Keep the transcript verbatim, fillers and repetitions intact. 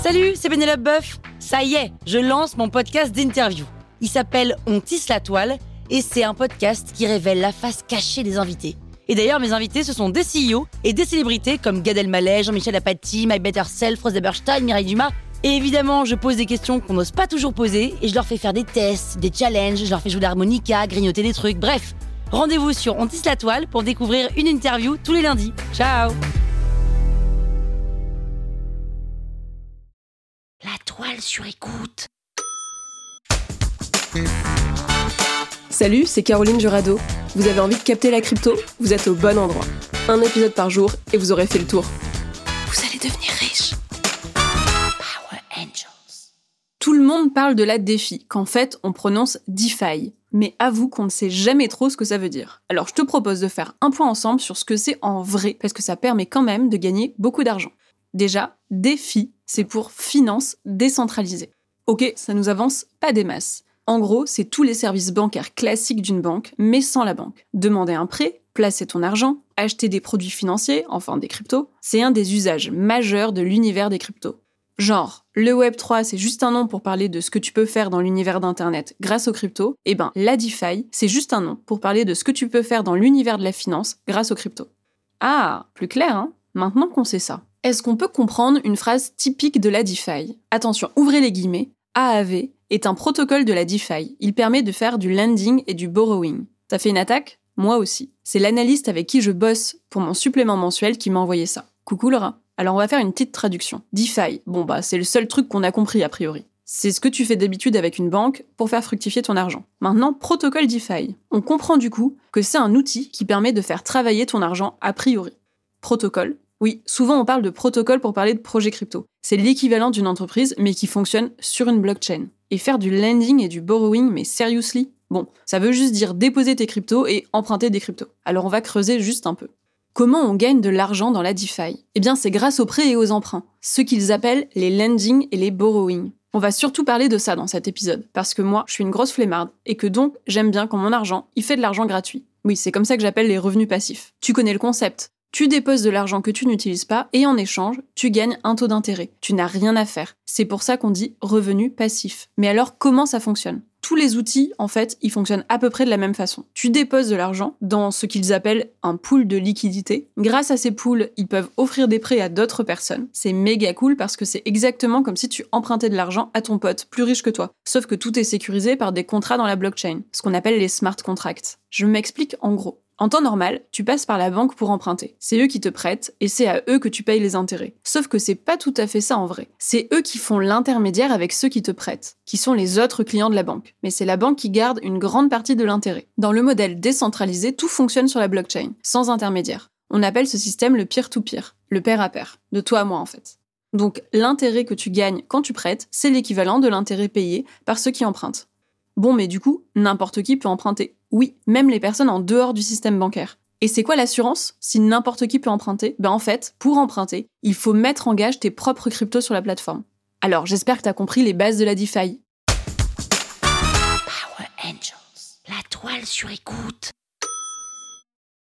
Salut, c'est Pénélope Boeuf. Ça y est, je lance mon podcast d'interview. Il s'appelle On tisse la toile et c'est un podcast qui révèle la face cachée des invités. Et d'ailleurs, mes invités, ce sont des C E O et des célébrités comme Gad Elmaleh, Jean-Michel Apathy, My Better Self, Rose Eberstein, Mireille Dumas. Et évidemment, je pose des questions qu'on n'ose pas toujours poser et je leur fais faire des tests, des challenges, je leur fais jouer l'harmonica, grignoter des trucs, bref. Rendez-vous sur On tisse la toile pour découvrir une interview tous les lundis. Ciao! La toile sur écoute. Salut, c'est Caroline Jurado. Vous avez envie de capter la crypto ? Vous êtes au bon endroit. Un épisode par jour et vous aurez fait le tour. Vous allez devenir riche. Power Angels. Tout le monde parle de la DeFi, qu'en fait on prononce DeFi. Mais avoue qu'on ne sait jamais trop ce que ça veut dire. Alors je te propose de faire un point ensemble sur ce que c'est en vrai, parce que ça permet quand même de gagner beaucoup d'argent. Déjà, DeFi, c'est pour finance décentralisée. Ok, ça nous avance pas des masses. En gros, c'est tous les services bancaires classiques d'une banque, mais sans la banque. Demander un prêt, placer ton argent, acheter des produits financiers, enfin des cryptos, c'est un des usages majeurs de l'univers des cryptos. Genre, le web trois, c'est juste un nom pour parler de ce que tu peux faire dans l'univers d'Internet grâce aux cryptos, et ben la DeFi, c'est juste un nom pour parler de ce que tu peux faire dans l'univers de la finance grâce aux cryptos. Ah, plus clair, hein ? Maintenant qu'on sait ça. Est-ce qu'on peut comprendre une phrase typique de la DeFi ? Attention, ouvrez les guillemets. A A V est un protocole de la DeFi. Il permet de faire du lending et du borrowing. T'as fait une attaque ? Moi aussi. C'est l'analyste avec qui je bosse pour mon supplément mensuel qui m'a envoyé ça. Coucou Laura. Alors on va faire une petite traduction. DeFi, bon bah c'est le seul truc qu'on a compris a priori. C'est ce que tu fais d'habitude avec une banque pour faire fructifier ton argent. Maintenant, protocole DeFi. On comprend du coup que c'est un outil qui permet de faire travailler ton argent a priori. Protocole. Oui, souvent on parle de protocole pour parler de projet crypto. C'est l'équivalent d'une entreprise, mais qui fonctionne sur une blockchain. Et faire du lending et du borrowing, mais seriously ? Bon, ça veut juste dire déposer tes cryptos et emprunter des cryptos. Alors on va creuser juste un peu. Comment on gagne de l'argent dans la DeFi ? Eh bien c'est grâce aux prêts et aux emprunts, ce qu'ils appellent les lending et les borrowing. On va surtout parler de ça dans cet épisode, parce que moi, je suis une grosse flemmarde, et que donc, j'aime bien quand mon argent, il fait de l'argent gratuit. Oui, c'est comme ça que j'appelle les revenus passifs. Tu connais le concept. Tu déposes de l'argent que tu n'utilises pas et en échange, tu gagnes un taux d'intérêt. Tu n'as rien à faire. C'est pour ça qu'on dit revenu passif. Mais alors, comment ça fonctionne ? Tous les outils, en fait, ils fonctionnent à peu près de la même façon. Tu déposes de l'argent dans ce qu'ils appellent un pool de liquidité. Grâce à ces pools, ils peuvent offrir des prêts à d'autres personnes. C'est méga cool parce que c'est exactement comme si tu empruntais de l'argent à ton pote, plus riche que toi. Sauf que tout est sécurisé par des contrats dans la blockchain, ce qu'on appelle les smart contracts. Je m'explique en gros. En temps normal, tu passes par la banque pour emprunter. C'est eux qui te prêtent et c'est à eux que tu payes les intérêts. Sauf que c'est pas tout à fait ça en vrai. C'est eux qui font l'intermédiaire avec ceux qui te prêtent, qui sont les autres clients de la banque. Mais c'est la banque qui garde une grande partie de l'intérêt. Dans le modèle décentralisé, tout fonctionne sur la blockchain, sans intermédiaire. On appelle ce système le peer-to-peer, le pair à pair, de toi à moi en fait. Donc l'intérêt que tu gagnes quand tu prêtes, c'est l'équivalent de l'intérêt payé par ceux qui empruntent. Bon, mais du coup, n'importe qui peut emprunter. Oui, même les personnes en dehors du système bancaire. Et c'est quoi l'assurance si n'importe qui peut emprunter ? Ben en fait, pour emprunter, il faut mettre en gage tes propres cryptos sur la plateforme. Alors, j'espère que t'as compris les bases de la DeFi. Power Angels. La toile sur écoute.